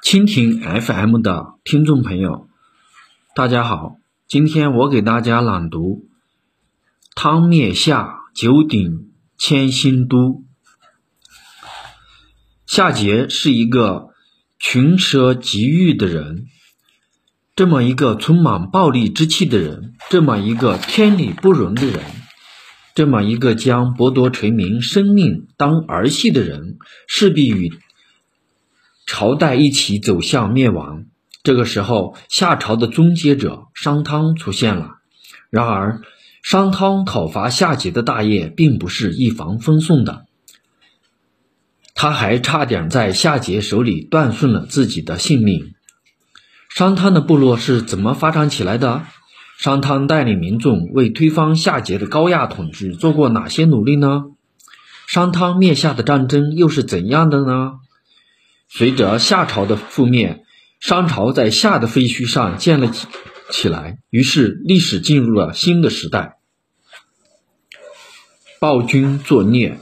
蜻蜓 FM 的听众朋友，大家好，今天我给大家朗读汤灭夏，九鼎迁新都。夏桀是一个群奢极欲的人，这么一个充满暴力之气的人，这么一个天理不容的人，这么一个将剥夺臣民生命当儿戏的人，势必与朝代一起走向灭亡。这个时候，夏朝的终结者商汤出现了。然而，商汤讨伐夏桀的大业并不是一帆风顺的，他还差点在夏桀手里断送了自己的性命。商汤的部落是怎么发展起来的？商汤带领民众为推翻夏桀的高压统治做过哪些努力呢？商汤灭夏的战争又是怎样的呢？随着夏朝的覆灭，商朝在夏的废墟上建了起来，于是历史进入了新的时代。暴君作孽。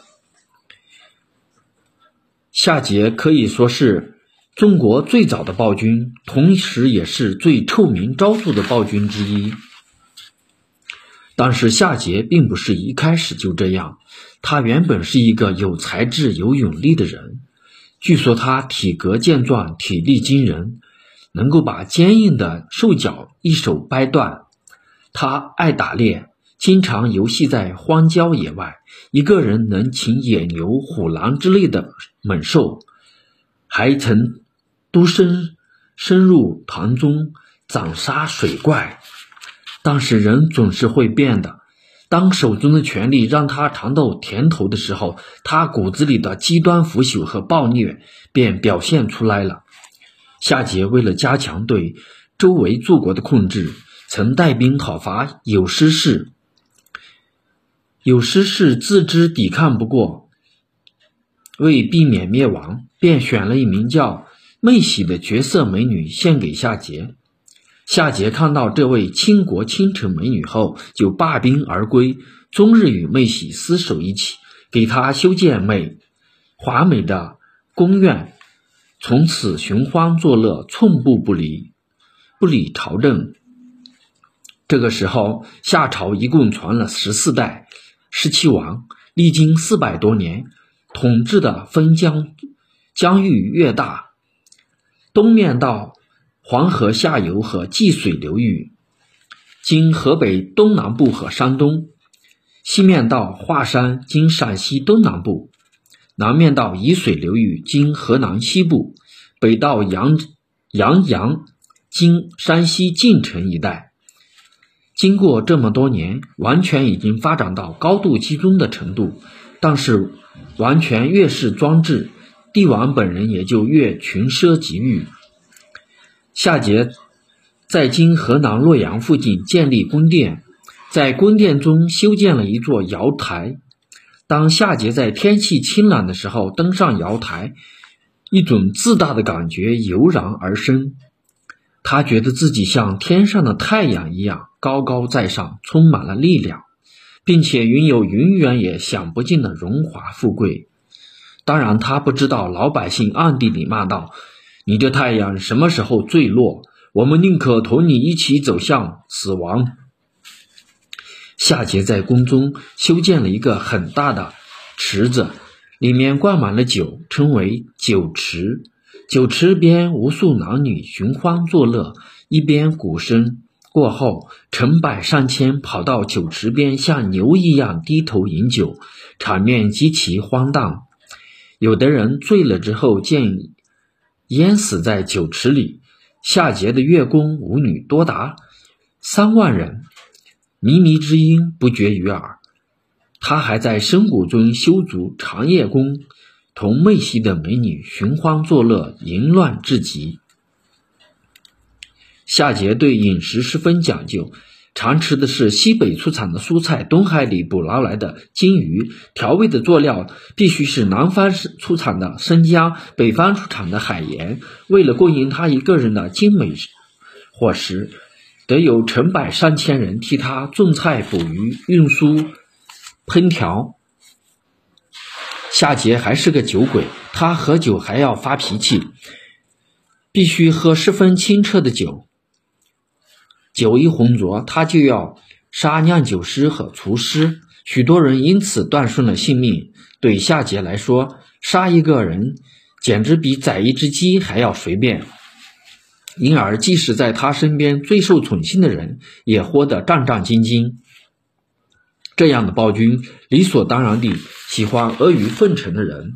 夏桀可以说是中国最早的暴君，同时也是最臭名昭著的暴君之一。但是夏桀并不是一开始就这样，他原本是一个有才智有勇力的人。据说他体格健壮，体力惊人，能够把坚硬的兽角一手掰断。他爱打猎，经常游戏在荒郊野外，一个人能擒野牛、虎狼之类的猛兽，还曾独身深入塘中斩杀水怪。但是人总是会变的，当手中的权力让他尝到甜头的时候，他骨子里的极端腐朽和暴虐便表现出来了。夏桀为了加强对周围诸国的控制，曾带兵讨伐有师氏。有师氏自知抵抗不过，为避免灭亡，便选了一名叫妹喜的绝色美女献给夏桀。夏桀看到这位倾国倾城美女后，就罢兵而归，终日与妹喜厮守一起，给她修建华美的宫苑，从此寻欢作乐，寸步不离朝政。这个时候，夏朝一共传了14代17王，历经400多年，统治的分疆域越大，东面到黄河下游和济水流域，经河北东南部和山东；西面到华山，经陕西东南部；南面到沂水流域，经河南西部；北到阳阳，经山西晋城一带。经过这么多年，完全已经发展到高度集中的程度，但是完全越是专制，帝王本人也就越群奢极欲。夏桀在今河南洛阳附近建立宫殿，在宫殿中修建了一座瑶台。当夏桀在天气清朗的时候登上瑶台，一种自大的感觉油然而生。他觉得自己像天上的太阳一样高高在上，充满了力量，并且拥有永远也享不尽的荣华富贵。当然他不知道老百姓暗地里骂道：你这太阳什么时候坠落？我们宁可同你一起走向死亡。夏桀在宫中修建了一个很大的池子，里面灌满了酒，称为酒池。酒池边无数男女寻欢作乐，一边鼓声过后，成百上千跑到酒池边像牛一样低头饮酒，场面极其荒诞。有的人醉了之后见淹死在酒池里。夏桀的乐工舞女多达3万人，靡靡之音不绝于耳。他还在深谷中修筑长夜宫，同妹喜的美女寻欢作乐，淫乱至极。夏桀对饮食十分讲究，常吃的是西北出产的蔬菜，东海里捕捞来的金鱼，调味的佐料必须是南方出产的生姜，北方出产的海盐。为了供应他一个人的精美伙食，得有成百上千人替他种菜、捕鱼、运输、烹调。夏桀还是个酒鬼，他喝酒还要发脾气， 必须喝十分清澈的酒。酒一浑浊，他就要杀酿酒师和厨师，许多人因此断送了性命。对夏桀来说，杀一个人简直比宰一只鸡还要随便，因而即使在他身边最受宠幸的人也活得战战兢兢。这样的暴君理所当然地喜欢阿谀奉承的人，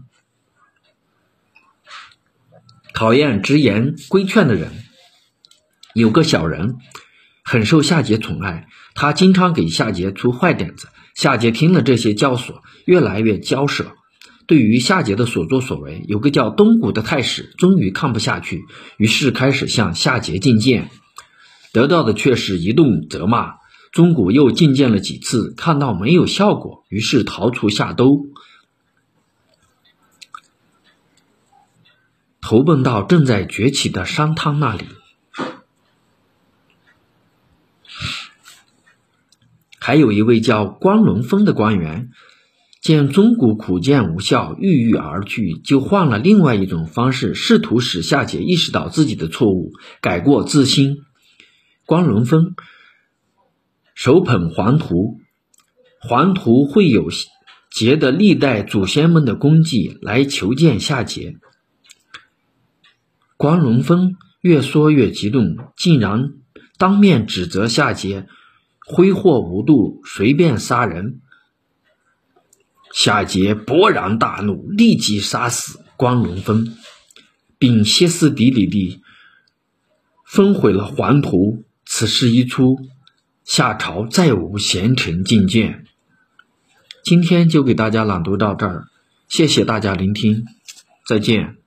讨厌直言规劝的人。有个小人很受夏桀宠爱，他经常给夏桀出坏点子。夏桀听了这些教唆，越来越骄奢。对于夏桀的所作所为，有个叫东谷的太史终于看不下去，于是开始向夏桀进谏，得到的却是一顿责骂。中谷又进谏了几次，看到没有效果，于是逃出夏都，投奔到正在崛起的商汤那里。还有一位叫关伦风的官员，见中谷苦谏无效，郁郁而去，就换了另外一种方式，试图使夏桀意识到自己的错误，改过自新。关伦风手捧黄图，黄图绘有桀的历代祖先们的功绩，来求见夏桀。关伦风越说越激动，竟然当面指责夏桀挥霍无度，随便杀人。夏桀勃然大怒，立即杀死关伦风，并歇斯底里地焚毁了黄图。此事一出，夏朝再无贤臣进谏。今天就给大家朗读到这儿，谢谢大家聆听，再见。